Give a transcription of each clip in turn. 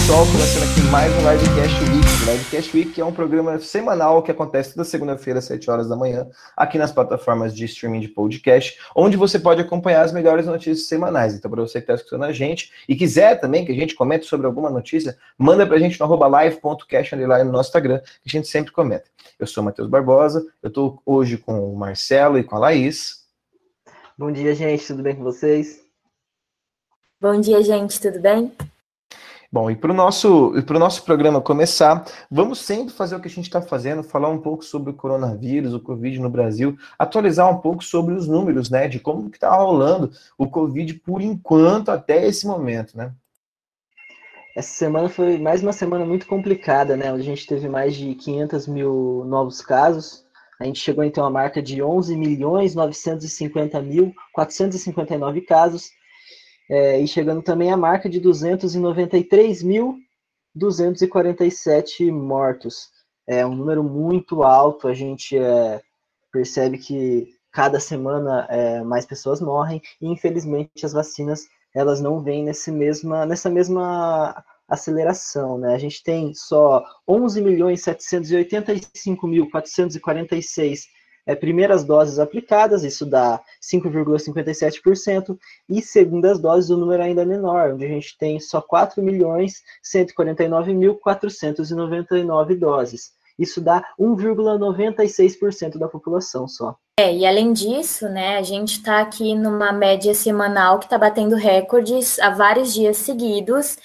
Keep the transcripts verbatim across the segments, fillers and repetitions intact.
pessoal, começando aqui mais um Livecast Week. O Livecast Week é um programa semanal que acontece toda segunda-feira, às sete horas da manhã, aqui nas plataformas de streaming de podcast, onde você pode acompanhar as melhores notícias semanais. Então, para você que está escutando a gente e quiser também que a gente comente sobre alguma notícia, manda para a gente no arroba live ponto cast no nosso Instagram, que a gente sempre comenta. Eu sou o Matheus Barbosa, eu estou hoje com o Marcelo e com a Laís. Bom dia, gente, tudo bem com vocês? Bom dia, gente, tudo bem? Bom, e para o nosso, nosso programa começar, vamos sempre fazer o que a gente está fazendo, falar um pouco sobre o coronavírus, o Covid no Brasil, atualizar um pouco sobre os números, né, de como que está rolando o Covid por enquanto até esse momento, né? Essa semana foi mais uma semana muito complicada, né, onde a gente teve mais de quinhentos mil novos casos. A gente chegou então à marca de onze milhões novecentos e cinquenta mil quatrocentos e cinquenta e nove casos, é, e chegando também à marca de duzentos e noventa e três mil duzentos e quarenta e sete mortos. É um número muito alto, a gente é, percebe que cada semana é, mais pessoas morrem, e infelizmente as vacinas elas não vêm nesse mesma, nessa mesma aceleração, né? A gente tem só onze milhões setecentos e oitenta e cinco mil quatrocentos e quarenta e seis é, primeiras doses aplicadas, isso dá cinco vírgula cinquenta e sete por cento, e segundas doses o número ainda é menor, onde a gente tem só quatro milhões cento e quarenta e nove mil quatrocentos e noventa e nove doses. Isso dá um vírgula noventa e seis por cento da população só. É, e além disso, né, a gente está aqui numa média semanal que está batendo recordes há vários dias seguidos.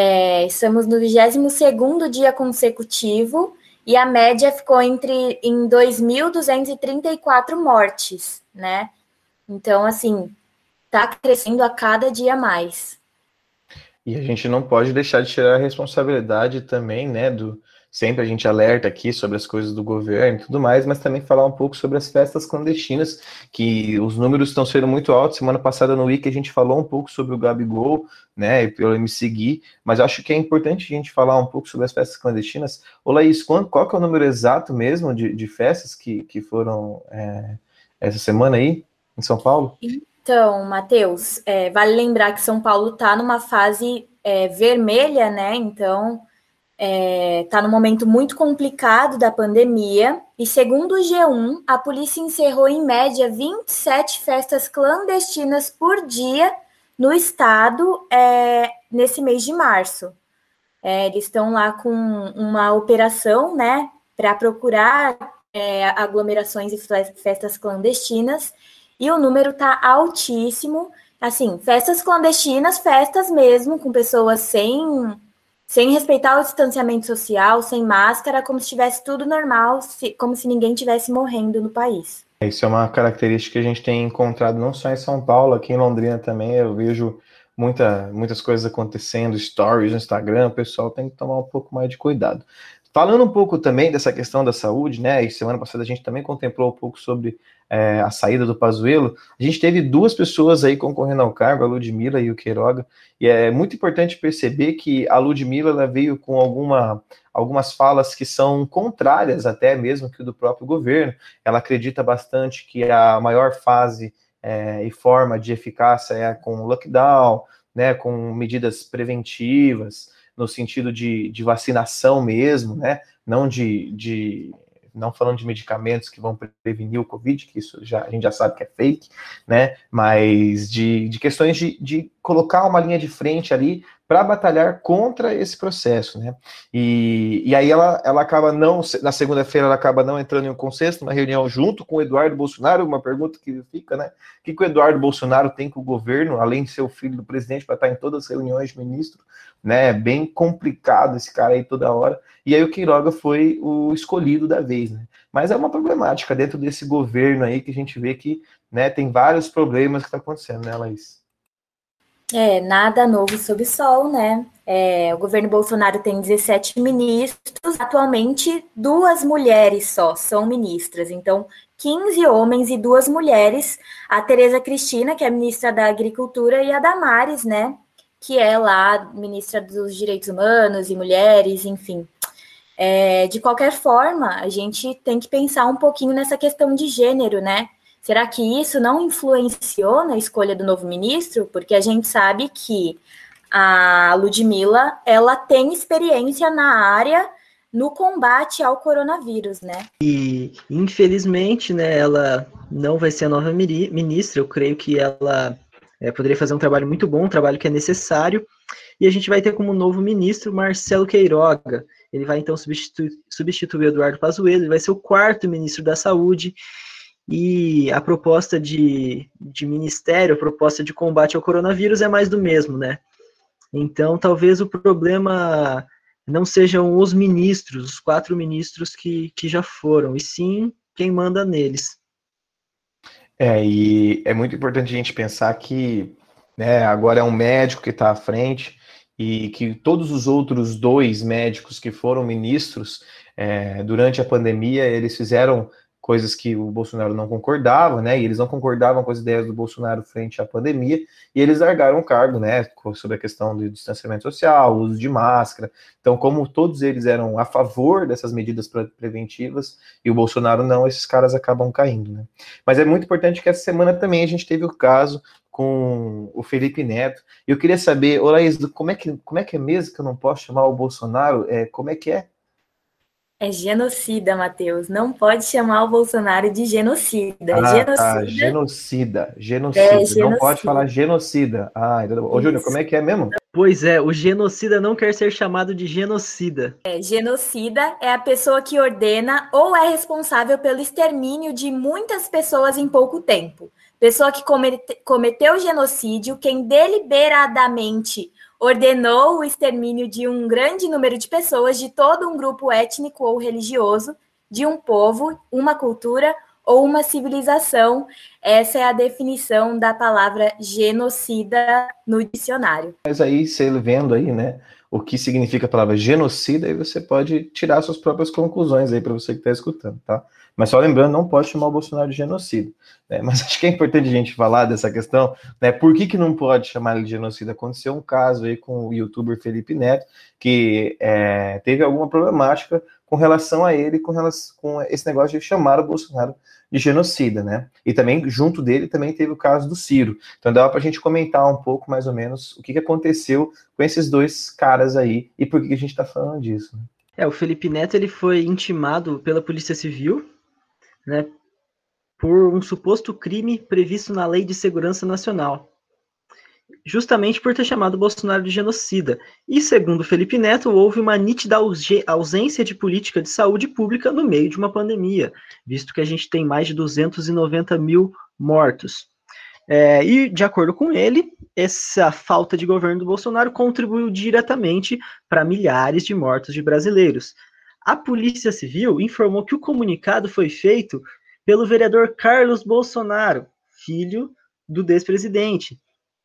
É, estamos no vigésimo segundo dia consecutivo e a média ficou entre em dois mil duzentos e trinta e quatro mortes, né? Então, assim, está crescendo a cada dia mais. E a gente não pode deixar de tirar a responsabilidade também, né, do... Sempre a gente alerta aqui sobre as coisas do governo e tudo mais, mas também falar um pouco sobre as festas clandestinas, que os números estão sendo muito altos. Semana passada no Wiki a gente falou um pouco sobre o Gabigol, né, e pelo M C Gui, mas acho que é importante a gente falar um pouco sobre as festas clandestinas. Ô Laís, qual, qual que é o número exato mesmo de, de festas que, que foram é, essa semana aí, em São Paulo? Então, Matheus, é, vale lembrar que São Paulo está numa fase é, vermelha, né, então... Está é, num momento muito complicado da pandemia, e segundo o G um, a polícia encerrou em média vinte e sete festas clandestinas por dia no estado é, nesse mês de março. É, eles estão lá com uma operação, né, para procurar é, aglomerações e festas clandestinas, e o número está altíssimo. Assim, festas clandestinas, festas mesmo, com pessoas sem... sem respeitar o distanciamento social, sem máscara, como se estivesse tudo normal, se, como se ninguém estivesse morrendo no país. Isso é uma característica que a gente tem encontrado não só em São Paulo, aqui em Londrina também. Eu vejo muita, muitas coisas acontecendo, stories no Instagram, o pessoal tem que tomar um pouco mais de cuidado. Falando um pouco também dessa questão da saúde, né, e semana passada a gente também contemplou um pouco sobre é, a saída do Pazuello. A gente teve duas pessoas aí concorrendo ao cargo, a Ludmilla e o Queiroga, e é muito importante perceber que a Ludmilla ela veio com alguma, algumas falas que são contrárias até mesmo que o do próprio governo. Ela acredita bastante que a maior fase é, e forma de eficácia é com lockdown, né, com medidas preventivas, no sentido de, de vacinação mesmo, né? Não de, de não falando de medicamentos que vão prevenir o Covid, que isso já, a gente já sabe que é fake, né? Mas de, de questões de, de colocar uma linha de frente ali para batalhar contra esse processo, né? E, e aí ela, ela acaba não, na segunda-feira ela acaba não entrando em um consenso, numa reunião junto com o Eduardo Bolsonaro. Uma pergunta que fica, né? O que, que o Eduardo Bolsonaro tem com o governo, além de ser o filho do presidente, para estar em todas as reuniões de ministro, né? É bem complicado esse cara aí toda hora. E aí o Queiroga foi o escolhido da vez, né? Mas é uma problemática dentro desse governo aí que a gente vê que, né, tem vários problemas que tá acontecendo, né, Laís? É, nada novo sob o sol, né? É, o governo Bolsonaro tem dezessete ministros, atualmente duas mulheres só são ministras, então quinze homens e duas mulheres, a Tereza Cristina, que é ministra da Agricultura, e a Damares, né, que é lá ministra dos Direitos Humanos e Mulheres, enfim. É, de qualquer forma, a gente tem que pensar um pouquinho nessa questão de gênero, né? Será que isso não influenciou na escolha do novo ministro? Porque a gente sabe que A Ludmilla, ela tem experiência na área no combate ao coronavírus, né? E, infelizmente, né, ela não vai ser a nova ministra. Eu creio que ela é, poderia fazer um trabalho muito bom, um trabalho que é necessário. E a gente vai ter como novo ministro Marcelo Queiroga. Ele vai, então, substituir, substituir o Eduardo Pazuello. Ele vai ser o quarto ministro da Saúde. E a proposta de, de ministério, a proposta de combate ao coronavírus é mais do mesmo, né? Então, talvez o problema não sejam os ministros, os quatro ministros que, que já foram, e sim quem manda neles. É, e é muito importante a gente pensar que, né, agora é um médico que está à frente e que todos os outros dois médicos que foram ministros é, durante a pandemia, eles fizeram coisas que o Bolsonaro não concordava, né, e eles não concordavam com as ideias do Bolsonaro frente à pandemia, e eles largaram o cargo, né, sobre a questão do distanciamento social, uso de máscara. Então, como todos eles eram a favor dessas medidas preventivas, e o Bolsonaro não, esses caras acabam caindo, né. Mas é muito importante que essa semana também a gente teve o caso com o Felipe Neto. Eu queria saber, ô Laís, como é que, como é que é mesmo que eu não posso chamar o Bolsonaro? É, como é que é? É genocida, Matheus. Não pode chamar o Bolsonaro de genocida. Ah, genocida. tá. Genocida. Genocida. É, Não genocida. pode falar genocida. Ah, então... Ô, Júnior, como é que é mesmo? Pois é, o genocida não quer ser chamado de genocida. É, genocida é a pessoa que ordena ou é responsável pelo extermínio de muitas pessoas em pouco tempo. Pessoa que comete, cometeu genocídio, quem deliberadamente ordenou o extermínio de um grande número de pessoas, de todo um grupo étnico ou religioso, de um povo, uma cultura ou uma civilização. Essa é a definição da palavra genocida no dicionário. Mas aí, você vendo aí, né, o que significa a palavra genocida, aí você pode tirar suas próprias conclusões aí para você que está escutando, tá? Mas só lembrando, não pode chamar o Bolsonaro de genocida, né? Mas acho que é importante a gente falar dessa questão, né? Por que que não pode chamar ele de genocida? Aconteceu um caso aí com o youtuber Felipe Neto, que é, teve alguma problemática com relação a ele, com, relação, com esse negócio de chamar o Bolsonaro de genocida, né? E também, junto dele, também teve o caso do Ciro. Então dá para a gente comentar um pouco, mais ou menos, o que, que aconteceu com esses dois caras aí e por que, que a gente está falando disso. Né? É, o Felipe Neto, ele foi intimado pela Polícia Civil, né, por um suposto crime previsto na Lei de Segurança Nacional, justamente por ter chamado o Bolsonaro de genocida. E, segundo Felipe Neto, houve uma nítida ausência de política de saúde pública no meio de uma pandemia, visto que a gente tem mais de duzentos e noventa mil mortos. É, e, de acordo com ele, essa falta de governo do Bolsonaro contribuiu diretamente para milhares de mortos de brasileiros. A Polícia Civil informou que o comunicado foi feito pelo vereador Carlos Bolsonaro, filho do ex-presidente,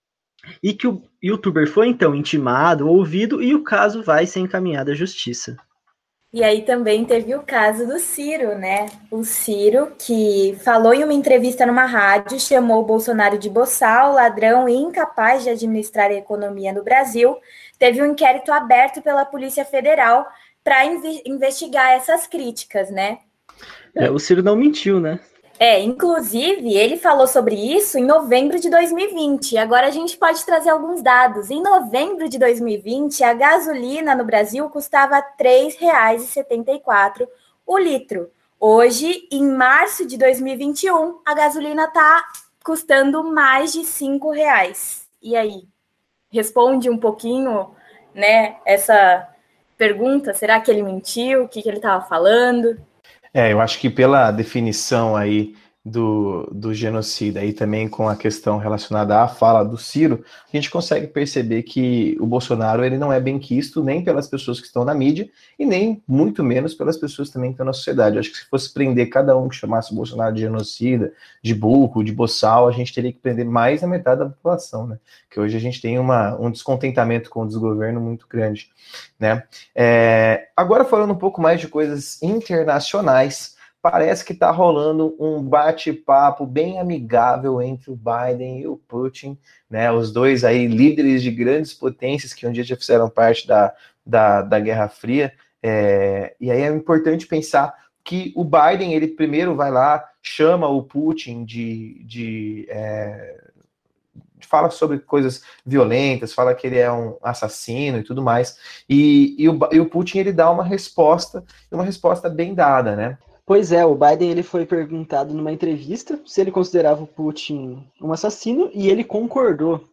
e que o youtuber foi, então, intimado, ouvido, e o caso vai ser encaminhado à justiça. E aí também teve o caso do Ciro, né? O Ciro, que falou em uma entrevista numa rádio, chamou o Bolsonaro de boçal, ladrão e incapaz de administrar a economia no Brasil. Teve um inquérito aberto pela Polícia Federal para inv- investigar essas críticas, né? É, o Ciro não mentiu, né? É, inclusive, ele falou sobre isso em novembro de dois mil e vinte. Agora a gente pode trazer alguns dados. Em novembro de dois mil e vinte, a gasolina no Brasil custava três reais e setenta e quatro centavos o litro. Hoje, em março de dois mil e vinte e um, a gasolina está custando mais de cinco reais. E aí? Responde um pouquinho, né, essa pergunta. Será que ele mentiu? O que, que ele estava falando? É, eu acho que pela definição aí do, do genocida e também com a questão relacionada à fala do Ciro, a gente consegue perceber que o Bolsonaro ele não é bem quisto nem pelas pessoas que estão na mídia e nem muito menos pelas pessoas também que estão na sociedade. Eu acho que se fosse prender cada um que chamasse o Bolsonaro de genocida, de burro, de boçal, a gente teria que prender mais da metade da população, né? Que hoje a gente tem uma, um descontentamento com o desgoverno muito grande, né? É, agora falando um pouco mais de coisas internacionais, parece que está rolando um bate-papo bem amigável entre o Biden e o Putin, né? Os dois aí líderes de grandes potências que um dia já fizeram parte da, da, da Guerra Fria. É, e aí é importante pensar que o Biden, ele primeiro vai lá, chama o Putin de, de, é, fala sobre coisas violentas, fala que ele é um assassino e tudo mais, e, e, o, e o Putin, ele dá uma resposta, uma resposta bem dada, né? Pois é, o Biden ele foi perguntado numa entrevista se ele considerava o Putin um assassino, e ele concordou.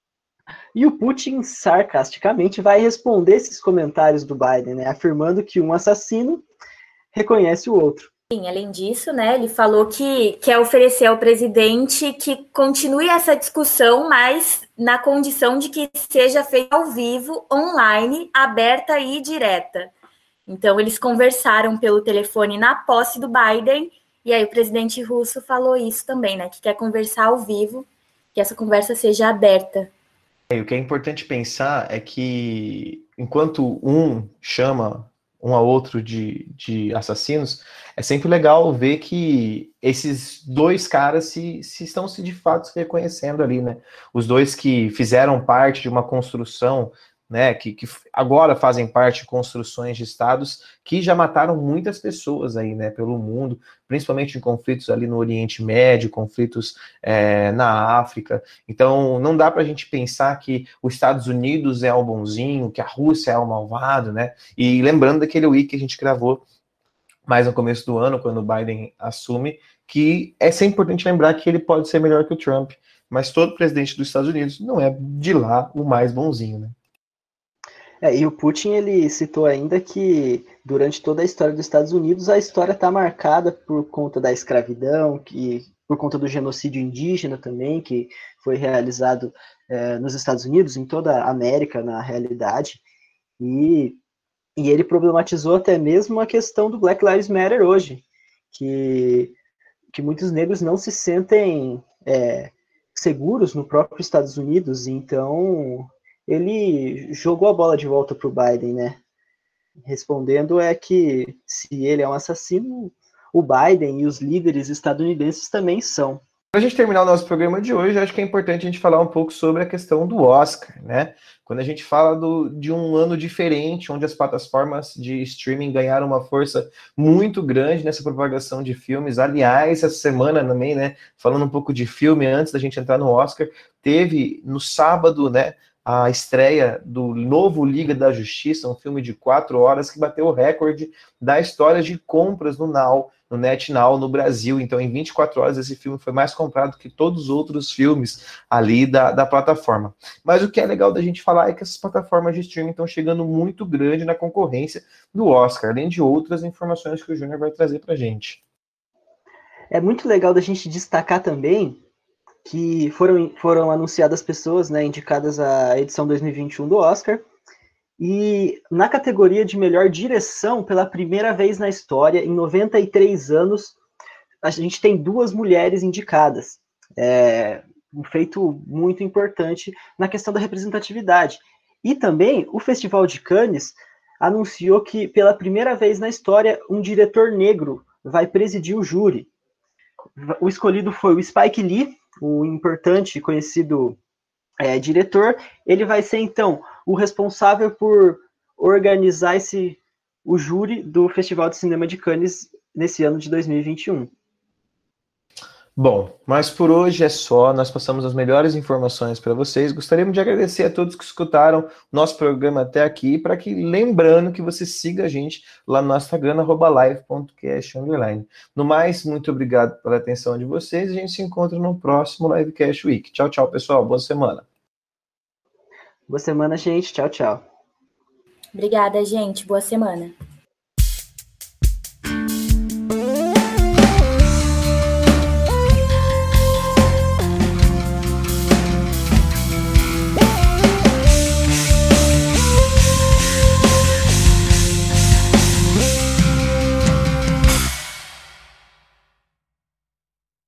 E o Putin, sarcasticamente, vai responder esses comentários do Biden, né, afirmando que um assassino reconhece o outro. Sim, além disso, né, ele falou que quer oferecer ao presidente que continue essa discussão, mas na condição de que seja feita ao vivo, online, aberta e direta. Então, eles conversaram pelo telefone na posse do Biden, e aí o presidente russo falou isso também, né, que quer conversar ao vivo, que essa conversa seja aberta. E o que é importante pensar é que, enquanto um chama um ao outro de, de assassinos, é sempre legal ver que esses dois caras se, se estão se de fato se reconhecendo ali, né? Os dois que fizeram parte de uma construção, né, que, que agora fazem parte de construções de estados que já mataram muitas pessoas aí, né, pelo mundo, principalmente em conflitos ali no Oriente Médio, conflitos é, na África. Então, não dá para a gente pensar que os Estados Unidos é o bonzinho, que a Rússia é o malvado, né? E lembrando daquele week que a gente gravou mais no começo do ano, quando o Biden assume, que é sempre importante lembrar que ele pode ser melhor que o Trump, mas todo presidente dos Estados Unidos não é de lá o mais bonzinho, né? É, e o Putin, ele citou ainda que durante toda a história dos Estados Unidos, a história está marcada por conta da escravidão, que, por conta do genocídio indígena também, que foi realizado é, nos Estados Unidos, em toda a América, na realidade, e, e ele problematizou até mesmo a questão do Black Lives Matter hoje, que, que muitos negros não se sentem é, seguros no próprio Estados Unidos, então ele jogou a bola de volta para o Biden, né? Respondendo é que se ele é um assassino, o Biden e os líderes estadunidenses também são. Para a gente terminar o nosso programa de hoje, acho que é importante a gente falar um pouco sobre a questão do Oscar, né? Quando a gente fala do, de um ano diferente, onde as plataformas de streaming ganharam uma força muito grande nessa propagação de filmes. Aliás, essa semana também, né? Falando um pouco de filme, antes da gente entrar no Oscar, teve no sábado, né? A estreia do novo Liga da Justiça, um filme de quatro horas que bateu o recorde da história de compras no Now, no NetNow, no Brasil. Então, em vinte e quatro horas, esse filme foi mais comprado que todos os outros filmes ali da, da plataforma. Mas o que é legal da gente falar é que essas plataformas de streaming estão chegando muito grande na concorrência do Oscar, além de outras informações que o Júnior vai trazer para a gente. É muito legal da gente destacar também que foram, foram anunciadas pessoas, né, indicadas à edição dois mil e vinte e um do Oscar, e na categoria de melhor direção, pela primeira vez na história, em noventa e três anos, a gente tem duas mulheres indicadas. É um feito muito importante na questão da representatividade. E também o Festival de Cannes anunciou que, pela primeira vez na história, um diretor negro vai presidir o júri. O escolhido foi o Spike Lee, o importante e conhecido é, diretor. Ele vai ser, então, o responsável por organizar esse, o júri do Festival de Cinema de Cannes nesse ano de dois mil e vinte e um. Bom, mas por hoje é só, nós passamos as melhores informações para vocês. Gostaríamos de agradecer a todos que escutaram nosso programa até aqui, para que, lembrando que você siga a gente lá no nosso Instagram, arroba live ponto cast underline. No mais, muito obrigado pela atenção de vocês, e a gente se encontra no próximo Livecast Week. Tchau, tchau, pessoal, boa semana. Boa semana, gente, tchau, tchau. Obrigada, gente, boa semana.